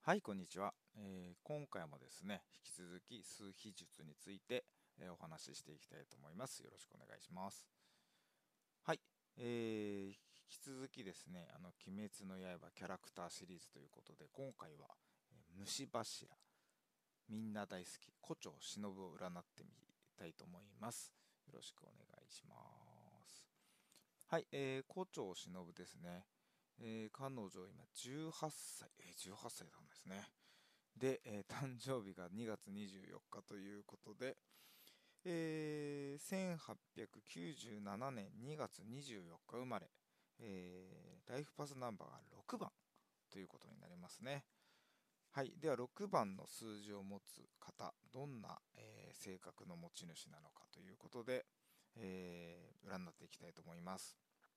はい、こんにちは。今回もですね、引き続き数秘術について、お話ししていきたいと思います。よろしくお願いします。はい、引き続きですね、鬼滅の刃キャラクターシリーズということで、今回は、虫柱、みんな大好き、胡蝶忍を占ってみたいと思います。よろしくお願いします。はい、胡蝶忍ですね。彼女今18歳、18歳なんですね。で、誕生日が2月24日ということで、1897年2月24日生まれ、ライフパスナンバーが6番ということになりますね。はい、では6番の数字を持つ方、どんな、性格の持ち主なのかということで、占っていきたいと思います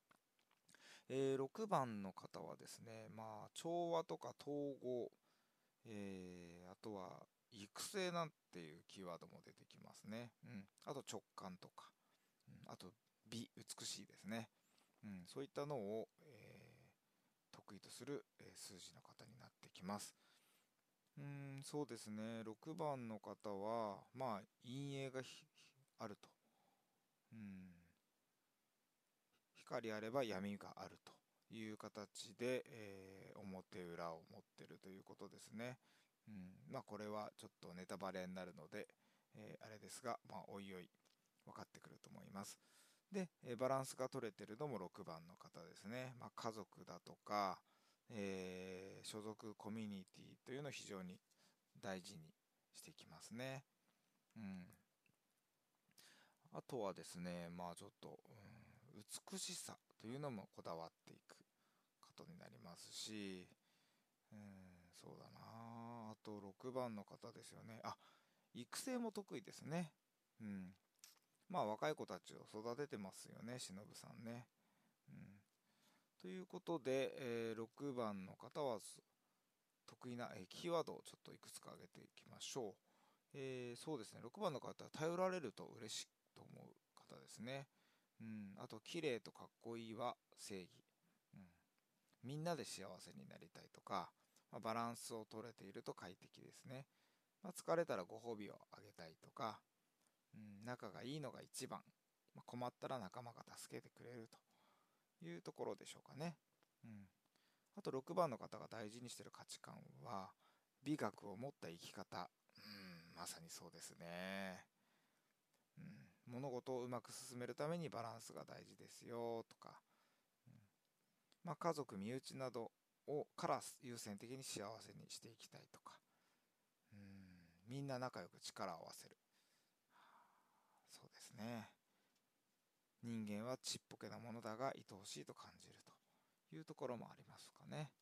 。6番の方はですね、調和とか統合、あとは育成なんていうキーワードも出てきますね。あと直感とか、あと美、美しいですね。そういったのを、得意とする、数字の方になってきます。そうですね。6番の方は、陰影があると。うん、光あれば闇があるという形で、表裏を持ってるということですね。これはちょっとネタバレになるので、あれですが、おいおい分かってくると思います。で、バランスが取れてるのも6番の方ですね。家族だとか、所属コミュニティというのを非常に大事にしてきますね。うん、あとはですね、ちょっと、美しさというのもこだわっていくことになりますし、そうだなあと6番の方ですよね。育成も得意ですね。うん。若い子たちを育ててますよね、忍さんね。うん。ということで、6番の方は得意な、キーワードをちょっといくつか挙げていきましょう。そうですね、6番の方は頼られると嬉しいと思う方ですね。あと、綺麗とかっこいいは正義。うん、みんなで幸せになりたいとか、バランスを取れていると快適ですね。疲れたらご褒美をあげたいとか、仲がいいのが一番。困ったら仲間が助けてくれるというところでしょうかね。あと6番の方が大事にしている価値観は、美学を持った生き方。まさにそうですね。物事をうまく進めるためにバランスが大事ですよとか、家族、身内などから優先的に幸せにしていきたいとか、みんな仲良く力を合わせる。そうですね。人間はちっぽけなものだが愛おしいと感じるというところもありますかね。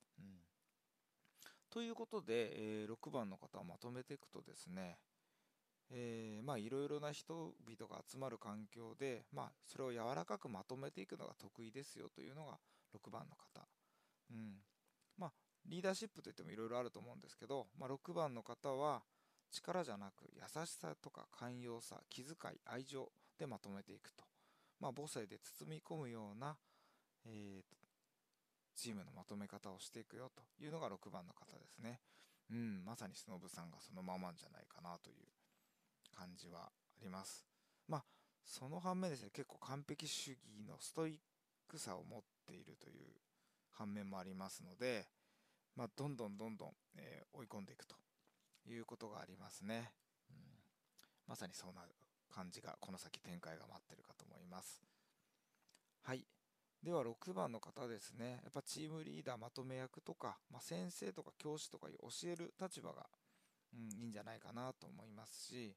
ということで、6番の方をまとめていくとですね、いろいろな人々が集まる環境で、それを柔らかくまとめていくのが得意ですよというのが6番の方。うん。リーダーシップといってもいろいろあると思うんですけど、6番の方は力じゃなく優しさとか寛容さ、気遣い、愛情でまとめていくと。母性で包み込むような、えーチームのまとめ方をしていくよというのが6番の方ですね。まさに忍さんがそのままじゃないかなという感じはあります。その反面ですね、結構完璧主義のストイックさを持っているという反面もありますので、どんどんどんどん、追い込んでいくということがありますね。まさにそんな感じがこの先展開が待ってるかと思います。はい。では6番の方ですね。やっぱチームリーダーまとめ役とか、先生とか教師とか教える立場が、いいんじゃないかなと思いますし、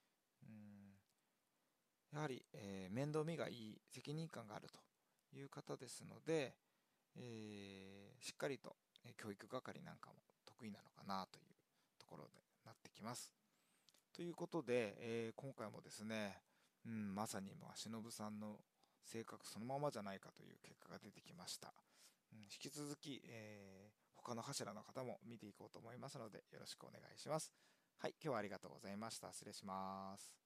やはり、面倒見がいい責任感があるという方ですので、しっかりと、教育係なんかも得意なのかなというところでなってきます。ということで、今回もですね、まさに忍さんの性格そのままじゃないかという結果が出てきました。引き続き、他の柱の方も見ていこうと思いますのでよろしくお願いします。はい、今日はありがとうございました。失礼します。